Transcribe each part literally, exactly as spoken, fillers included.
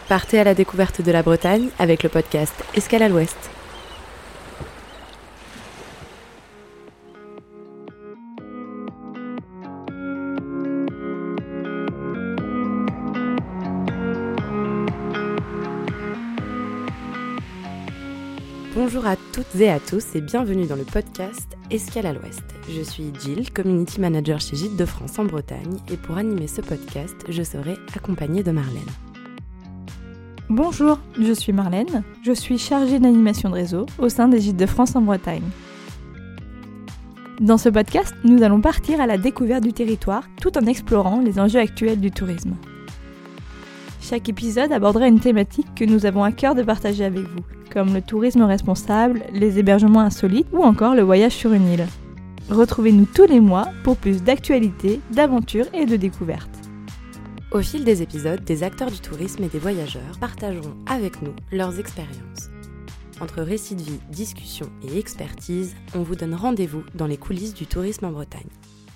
Partez à la découverte de la Bretagne avec le podcast Escale à l'Ouest. Bonjour à toutes et à tous et bienvenue dans le podcast Escale à l'Ouest. Je suis Jill, Community Manager chez Gîtes de France en Bretagne et pour animer ce podcast, je serai accompagnée de Marlène. Bonjour, je suis Marlène, je suis chargée d'animation de réseau au sein des Gîtes de France en Bretagne. Dans ce podcast, nous allons partir à la découverte du territoire tout en explorant les enjeux actuels du tourisme. Chaque épisode abordera une thématique que nous avons à cœur de partager avec vous, comme le tourisme responsable, les hébergements insolites ou encore le voyage sur une île. Retrouvez-nous tous les mois pour plus d'actualités, d'aventures et de découvertes. Au fil des épisodes, des acteurs du tourisme et des voyageurs partageront avec nous leurs expériences. Entre récits de vie, discussions et expertise, on vous donne rendez-vous dans les coulisses du tourisme en Bretagne.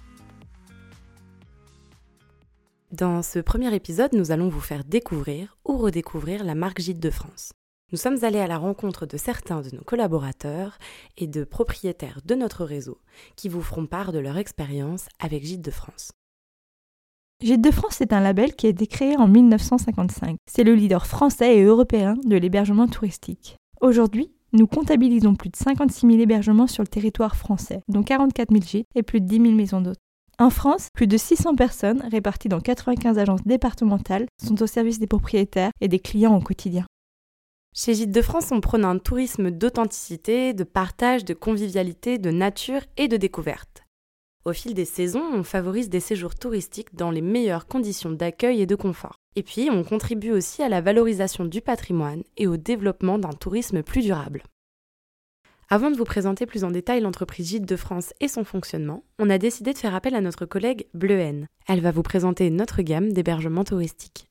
Dans ce premier épisode, nous allons vous faire découvrir ou redécouvrir la marque Gîtes de France. Nous sommes allés à la rencontre de certains de nos collaborateurs et de propriétaires de notre réseau qui vous feront part de leur expérience avec Gîtes de France. Gîtes de France est un label qui a été créé en mille neuf cent cinquante-cinq. C'est le leader français et européen de l'hébergement touristique. Aujourd'hui, nous comptabilisons plus de cinquante-six mille hébergements sur le territoire français, dont quarante-quatre mille gîtes et plus de dix mille maisons d'hôtes. En France, plus de six cents personnes, réparties dans quatre-vingt-quinze agences départementales, sont au service des propriétaires et des clients au quotidien. Chez Gîtes de France, on prône un tourisme d'authenticité, de partage, de convivialité, de nature et de découverte. Au fil des saisons, on favorise des séjours touristiques dans les meilleures conditions d'accueil et de confort. Et puis, on contribue aussi à la valorisation du patrimoine et au développement d'un tourisme plus durable. Avant de vous présenter plus en détail l'entreprise Gîtes de France et son fonctionnement, on a décidé de faire appel à notre collègue Bleuhen. Elle va vous présenter notre gamme d'hébergements touristiques.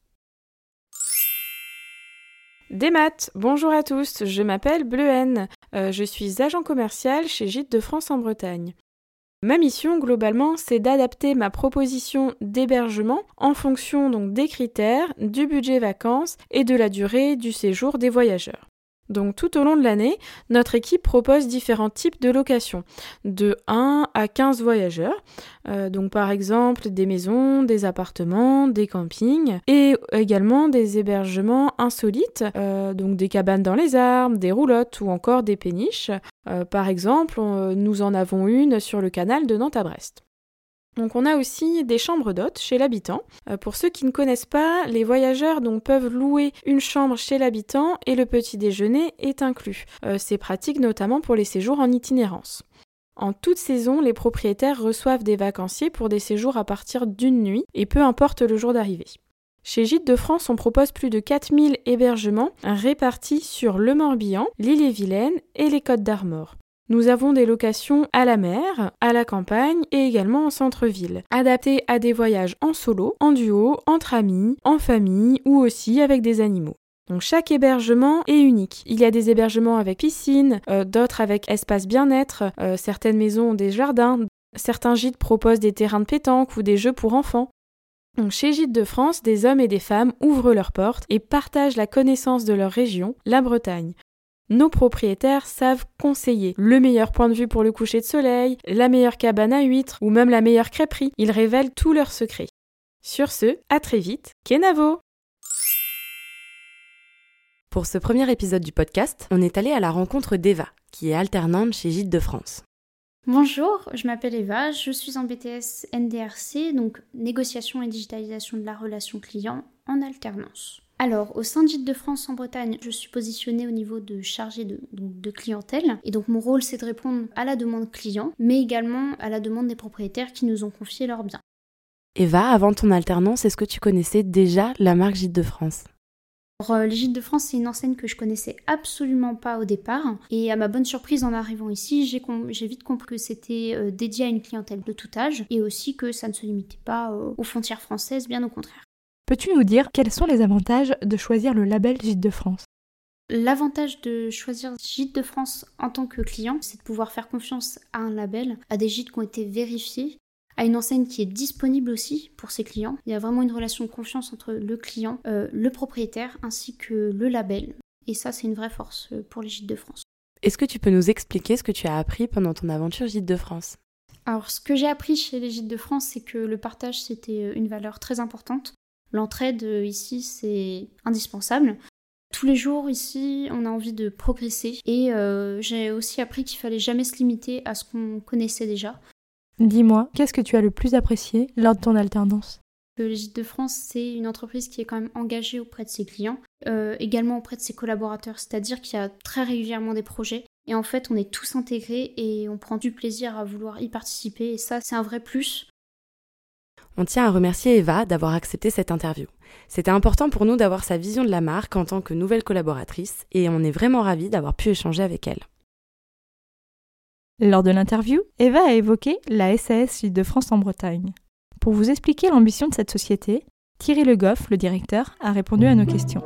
Démat, bonjour à tous, je m'appelle Bleuhen, euh, je suis agent commercial chez Gîtes de France en Bretagne. Ma mission, globalement, c'est d'adapter ma proposition d'hébergement en fonction donc des critères, du budget vacances et de la durée du séjour des voyageurs. Donc tout au long de l'année, notre équipe propose différents types de locations, de un à quinze voyageurs, euh, donc par exemple des maisons, des appartements, des campings, et également des hébergements insolites, euh, donc des cabanes dans les arbres, des roulottes ou encore des péniches. Euh, par exemple, on, nous en avons une sur le canal de Nantes à Brest. Donc on a aussi des chambres d'hôtes chez l'habitant. Euh, pour ceux qui ne connaissent pas, les voyageurs donc, peuvent louer une chambre chez l'habitant et le petit déjeuner est inclus. Euh, c'est pratique notamment pour les séjours en itinérance. En toute saison, les propriétaires reçoivent des vacanciers pour des séjours à partir d'une nuit et peu importe le jour d'arrivée. Chez Gîtes de France, on propose plus de quatre mille hébergements répartis sur le Morbihan, l'Ille-et-Vilaine et les Côtes d'Armor. Nous avons des locations à la mer, à la campagne et également en centre-ville, adaptées à des voyages en solo, en duo, entre amis, en famille ou aussi avec des animaux. Donc chaque hébergement est unique. Il y a des hébergements avec piscine, euh, d'autres avec espace bien-être, euh, certaines maisons ont des jardins, certains gîtes proposent des terrains de pétanque ou des jeux pour enfants. Donc chez Gîtes de France, des hommes et des femmes ouvrent leurs portes et partagent la connaissance de leur région, la Bretagne. Nos propriétaires savent conseiller le meilleur point de vue pour le coucher de soleil, la meilleure cabane à huîtres ou même la meilleure crêperie. Ils révèlent tous leurs secrets. Sur ce, à très vite, Kenavo! Pour ce premier épisode du podcast, on est allé à la rencontre d'Eva, qui est alternante chez Gîtes de France. Bonjour, je m'appelle Eva, je suis en B T S N D R C, donc négociation et digitalisation de la relation client en alternance. Alors, au sein de Gîtes de France en Bretagne, je suis positionnée au niveau de chargée de, donc de clientèle. Et donc, mon rôle, c'est de répondre à la demande client, mais également à la demande des propriétaires qui nous ont confié leurs biens. Eva, avant ton alternance, est-ce que tu connaissais déjà la marque Gîtes de France ? Alors, les Gîtes de France, c'est une enseigne que je connaissais absolument pas au départ. Et à ma bonne surprise, en arrivant ici, j'ai, com- j'ai vite compris que c'était euh, dédié à une clientèle de tout âge. Et aussi que ça ne se limitait pas euh, aux frontières françaises, bien au contraire. Peux-tu nous dire quels sont les avantages de choisir le label Gîtes de France ? L'avantage de choisir Gîtes de France en tant que client, c'est de pouvoir faire confiance à un label, à des gîtes qui ont été vérifiés, à une enseigne qui est disponible aussi pour ses clients. Il y a vraiment une relation de confiance entre le client, euh, le propriétaire ainsi que le label. Et ça, c'est une vraie force pour les Gîtes de France. Est-ce que tu peux nous expliquer ce que tu as appris pendant ton aventure Gîtes de France ? Alors, ce que j'ai appris chez les Gîtes de France, c'est que le partage, c'était une valeur très importante. L'entraide, ici, c'est indispensable. Tous les jours, ici, on a envie de progresser. Et euh, j'ai aussi appris qu'il fallait jamais se limiter à ce qu'on connaissait déjà. Dis-moi, qu'est-ce que tu as le plus apprécié lors de ton alternance ? Les Gîtes de France, c'est une entreprise qui est quand même engagée auprès de ses clients, euh, également auprès de ses collaborateurs, c'est-à-dire qu'il y a très régulièrement des projets. Et en fait, on est tous intégrés et on prend du plaisir à vouloir y participer. Et ça, c'est un vrai plus. On tient à remercier Eva d'avoir accepté cette interview. C'était important pour nous d'avoir sa vision de la marque en tant que nouvelle collaboratrice et on est vraiment ravis d'avoir pu échanger avec elle. Lors de l'interview, Eva a évoqué la S A S Gîtes de France en Bretagne. Pour vous expliquer l'ambition de cette société, Thierry Le Goff, le directeur, a répondu à nos questions.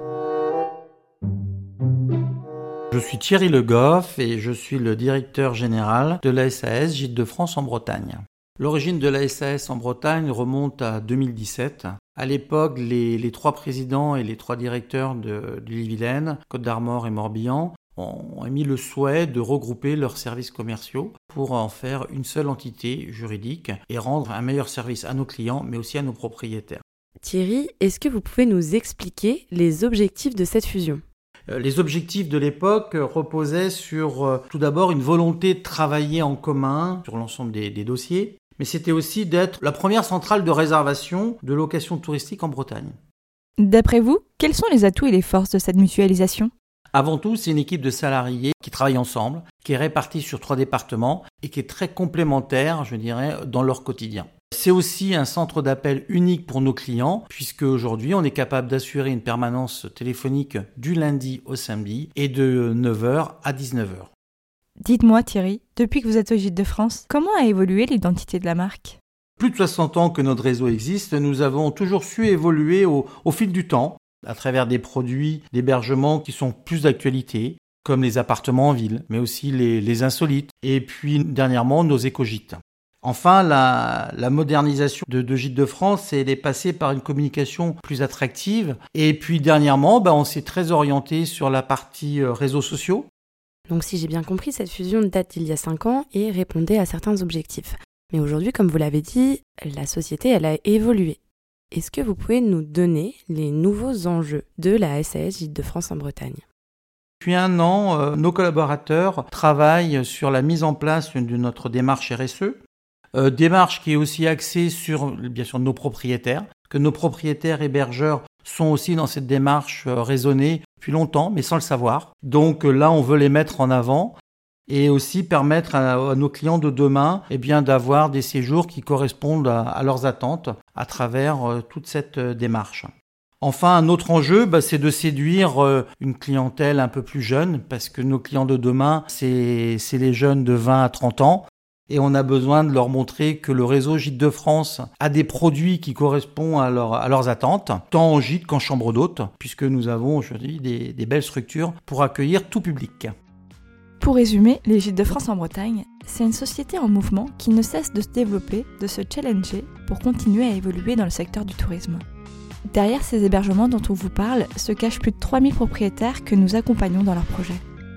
Je suis Thierry Le Goff et je suis le directeur général de la S A S Gîtes de France en Bretagne. L'origine de la S A S en Bretagne remonte à deux mille dix-sept. À l'époque, les, les trois présidents et les trois directeurs de, de l'Ille-et-Vilaine, Côte-d'Armor et Morbihan, ont émis le souhait de regrouper leurs services commerciaux pour en faire une seule entité juridique et rendre un meilleur service à nos clients, mais aussi à nos propriétaires. Thierry, est-ce que vous pouvez nous expliquer les objectifs de cette fusion ? Les objectifs de l'époque reposaient sur euh, tout d'abord une volonté de travailler en commun sur l'ensemble des, des dossiers, mais c'était aussi d'être la première centrale de réservation de location touristique en Bretagne. D'après vous, quels sont les atouts et les forces de cette mutualisation ? Avant tout, c'est une équipe de salariés qui travaillent ensemble, qui est répartie sur trois départements et qui est très complémentaire, je dirais, dans leur quotidien. C'est aussi un centre d'appel unique pour nos clients, puisque aujourd'hui, on est capable d'assurer une permanence téléphonique du lundi au samedi et de neuf heures à dix-neuf heures. Dites-moi Thierry, depuis que vous êtes au Gîtes de France, comment a évolué l'identité de la marque ? Plus de soixante ans que notre réseau existe, nous avons toujours su évoluer au, au fil du temps, à travers des produits d'hébergement qui sont plus d'actualité, comme les appartements en ville, mais aussi les, les insolites, et puis dernièrement nos éco-gîtes. Enfin, la, la modernisation de, de Gîtes de France, elle est passée par une communication plus attractive, et puis dernièrement, ben, on s'est très orienté sur la partie euh, réseaux sociaux. Donc si j'ai bien compris, cette fusion date d'il y a cinq ans et répondait à certains objectifs. Mais aujourd'hui, comme vous l'avez dit, la société, elle a évolué. Est-ce que vous pouvez nous donner les nouveaux enjeux de la S A S Gîtes de France en Bretagne ? Depuis un an, euh, nos collaborateurs travaillent sur la mise en place de notre démarche R S E, euh, démarche qui est aussi axée sur, bien sûr, nos propriétaires, que nos propriétaires hébergeurs sont aussi dans cette démarche euh, raisonnée depuis longtemps, mais sans le savoir. Donc euh, là, on veut les mettre en avant et aussi permettre à, à nos clients de demain eh bien, d'avoir des séjours qui correspondent à, à leurs attentes à travers euh, toute cette euh, démarche. Enfin, un autre enjeu, bah, c'est de séduire euh, une clientèle un peu plus jeune, parce que nos clients de demain, c'est, c'est les jeunes de vingt à trente ans, et on a besoin de leur montrer que le réseau Gîtes de France a des produits qui correspondent à, leur, à leurs attentes, tant en gîte qu'en chambre d'hôte, puisque nous avons aujourd'hui des, des belles structures pour accueillir tout public. Pour résumer, les Gîtes de France en Bretagne, c'est une société en mouvement qui ne cesse de se développer, de se challenger pour continuer à évoluer dans le secteur du tourisme. Derrière ces hébergements dont on vous parle se cachent plus de trois mille propriétaires que nous accompagnons dans leurs projets.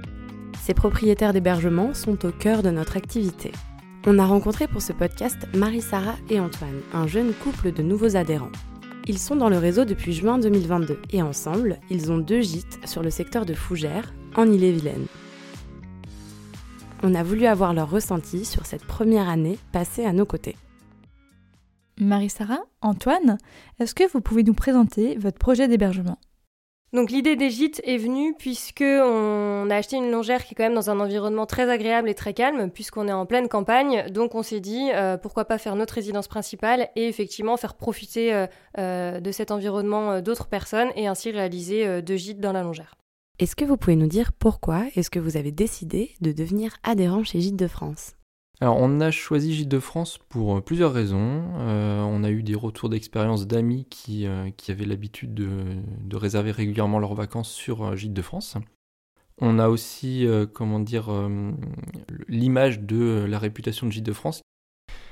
Ces propriétaires d'hébergements sont au cœur de notre activité. On a rencontré pour ce podcast Marie-Sara et Antoine, un jeune couple de nouveaux adhérents. Ils sont dans le réseau depuis juin deux mille vingt-deux et ensemble, ils ont deux gîtes sur le secteur de Fougères, en Ille-et-Vilaine. On a voulu avoir leur ressenti sur cette première année passée à nos côtés. Marie-Sara, Antoine, est-ce que vous pouvez nous présenter votre projet d'hébergement ? Donc l'idée des gîtes est venue puisque on a acheté une longère qui est quand même dans un environnement très agréable et très calme puisqu'on est en pleine campagne. Donc on s'est dit euh, pourquoi pas faire notre résidence principale et effectivement faire profiter euh, euh, de cet environnement euh, d'autres personnes et ainsi réaliser euh, deux gîtes dans la longère. Est-ce que vous pouvez nous dire pourquoi est-ce que vous avez décidé de devenir adhérent chez Gîtes de France ? Alors on a choisi Gîtes de France pour plusieurs raisons. Euh, on a eu des retours d'expérience d'amis qui, euh, qui avaient l'habitude de, de réserver régulièrement leurs vacances sur euh, Gîtes de France. On a aussi, euh, comment dire, euh, l'image de la réputation de Gîtes de France.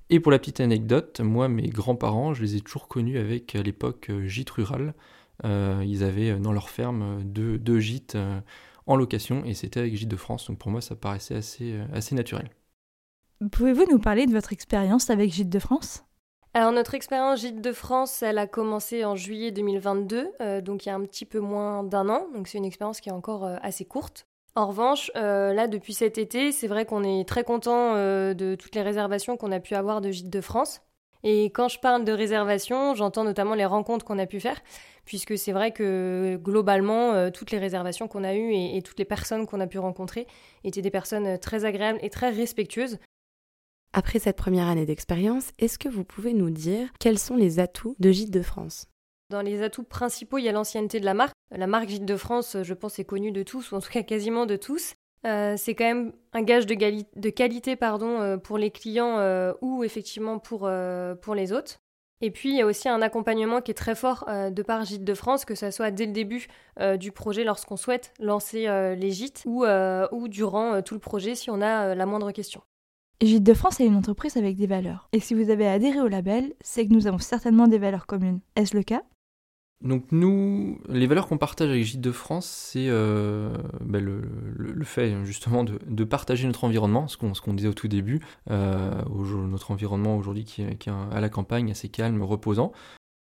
Et pour la petite anecdote, moi, mes grands-parents, je les ai toujours connus avec, à l'époque, gîte rural. Euh, ils avaient dans leur ferme deux, deux gîtes euh, en location, et c'était avec Gîtes de France. Donc pour moi, ça paraissait assez, assez naturel. Pouvez-vous nous parler de votre expérience avec Gîtes de France ? Alors notre expérience Gîtes de France, elle a commencé en juillet deux mille vingt-deux, euh, donc il y a un petit peu moins d'un an, donc c'est une expérience qui est encore euh, assez courte. En revanche, euh, là depuis cet été, c'est vrai qu'on est très content euh, de toutes les réservations qu'on a pu avoir de Gîtes de France. Et quand je parle de réservations, j'entends notamment les rencontres qu'on a pu faire, puisque c'est vrai que globalement, euh, toutes les réservations qu'on a eues et, et toutes les personnes qu'on a pu rencontrer étaient des personnes très agréables et très respectueuses. Après cette première année d'expérience, est-ce que vous pouvez nous dire quels sont les atouts de Gîtes de France ? Dans les atouts principaux, il y a l'ancienneté de la marque. La marque Gîtes de France, je pense, est connue de tous, ou en tout cas quasiment de tous. Euh, c'est quand même un gage de, gali- de qualité pardon, euh, pour les clients euh, ou effectivement pour, euh, pour les hôtes. Et puis, il y a aussi un accompagnement qui est très fort euh, de par Gîtes de France, que ce soit dès le début euh, du projet lorsqu'on souhaite lancer euh, les gîtes ou, euh, ou durant euh, tout le projet si on a euh, la moindre question. Gîtes de France est une entreprise avec des valeurs. Et si vous avez adhéré au label, c'est que nous avons certainement des valeurs communes. Est-ce le cas ? Donc nous, les valeurs qu'on partage avec Gîtes de France, c'est euh, ben le, le, le fait justement de, de partager notre environnement, ce qu'on, ce qu'on disait au tout début, euh, notre environnement aujourd'hui qui est, qui est à la campagne, assez calme, reposant.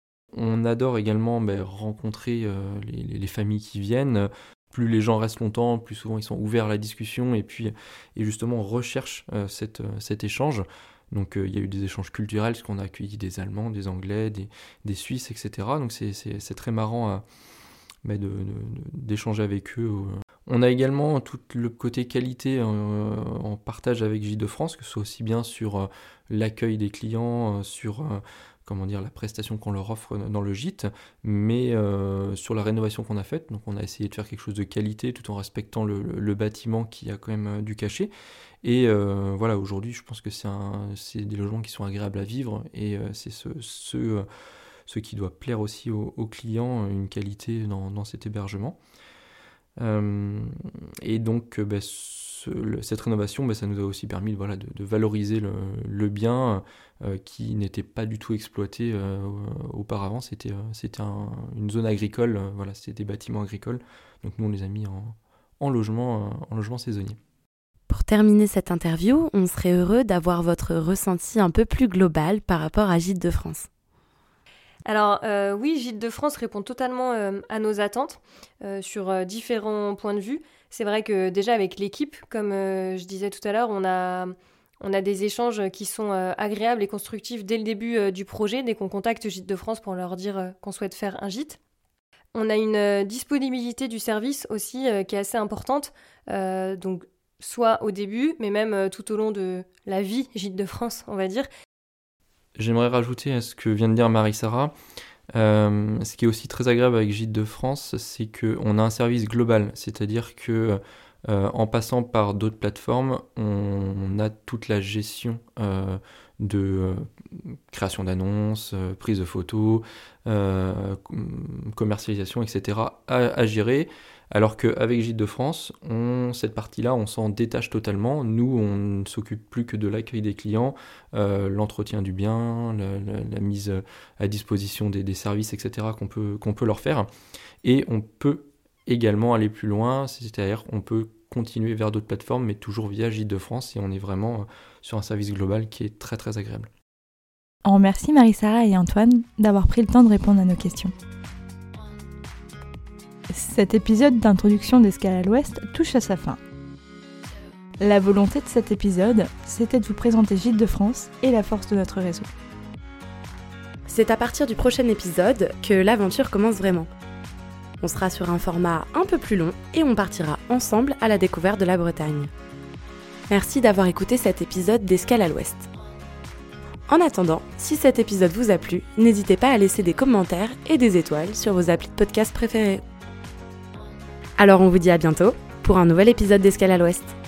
On adore également ben, rencontrer euh, les, les familles qui viennent. Plus les gens restent longtemps, plus souvent ils sont ouverts à la discussion et puis et justement on recherche euh, cette, cet échange. Donc euh, il y a eu des échanges culturels, parce qu'on a accueilli des Allemands, des Anglais, des, des Suisses, et cetera. Donc c'est, c'est, c'est très marrant à, bah, de, de, d'échanger avec eux. On a également tout le côté qualité euh, en partage avec Gîtes de France, que ce soit aussi bien sur euh, l'accueil des clients, euh, sur euh, comment dire, la prestation qu'on leur offre dans le gîte, mais euh, sur la rénovation qu'on a faite. Donc on a essayé de faire quelque chose de qualité tout en respectant le, le, le bâtiment qui a quand même euh, du cachet. Et euh, voilà, aujourd'hui, je pense que c'est, un, c'est des logements qui sont agréables à vivre et euh, c'est ce, ce, ce qui doit plaire aussi aux, aux clients, une qualité dans, dans cet hébergement. Euh, et donc, bah, ce, le, cette rénovation, bah, ça nous a aussi permis voilà, de, de valoriser le, le bien euh, qui n'était pas du tout exploité euh, auparavant. C'était, euh, c'était un, une zone agricole, euh, voilà, c'était des bâtiments agricoles. Donc nous, on les a mis en, en, logement, euh, en logement saisonnier. Pour terminer cette interview, on serait heureux d'avoir votre ressenti un peu plus global par rapport à Gîtes de France. Alors euh, oui, Gîtes de France répond totalement euh, à nos attentes euh, sur euh, différents points de vue. C'est vrai que déjà avec l'équipe, comme euh, je disais tout à l'heure, on a, on a des échanges qui sont euh, agréables et constructifs dès le début euh, du projet, dès qu'on contacte Gîtes de France pour leur dire euh, qu'on souhaite faire un gîte. On a une euh, disponibilité du service aussi euh, qui est assez importante, euh, donc soit au début, mais même euh, tout au long de la vie Gîtes de France, on va dire. J'aimerais rajouter à ce que vient de dire Marie-Sara, euh, ce qui est aussi très agréable avec Gîtes de France, c'est qu'on a un service global, c'est-à-dire que euh, en passant par d'autres plateformes, on a toute la gestion euh, de euh, création d'annonces, euh, prise de photos, euh, commercialisation, et cetera à, à gérer. Alors qu'avec Gîtes de France, on, cette partie-là, on s'en détache totalement. Nous, on ne s'occupe plus que de l'accueil des clients, euh, l'entretien du bien, la, la, la mise à disposition des, des services, et cetera qu'on peut, qu'on peut leur faire. Et on peut également aller plus loin, c'est-à-dire on peut continuer vers d'autres plateformes, mais toujours via Gîtes de France, et on est vraiment sur un service global qui est très très agréable. On remercie Marie-Sara et Antoine d'avoir pris le temps de répondre à nos questions. Cet épisode d'introduction d'Escale à l'Ouest touche à sa fin. La volonté de cet épisode, c'était de vous présenter Gîtes de France et la force de notre réseau. C'est à partir du prochain épisode que l'aventure commence vraiment. On sera sur un format un peu plus long et on partira ensemble à la découverte de la Bretagne. Merci d'avoir écouté cet épisode d'Escale à l'Ouest. En attendant, si cet épisode vous a plu, n'hésitez pas à laisser des commentaires et des étoiles sur vos applis de podcast préférés. Alors on vous dit à bientôt pour un nouvel épisode d'Escale à l'Ouest.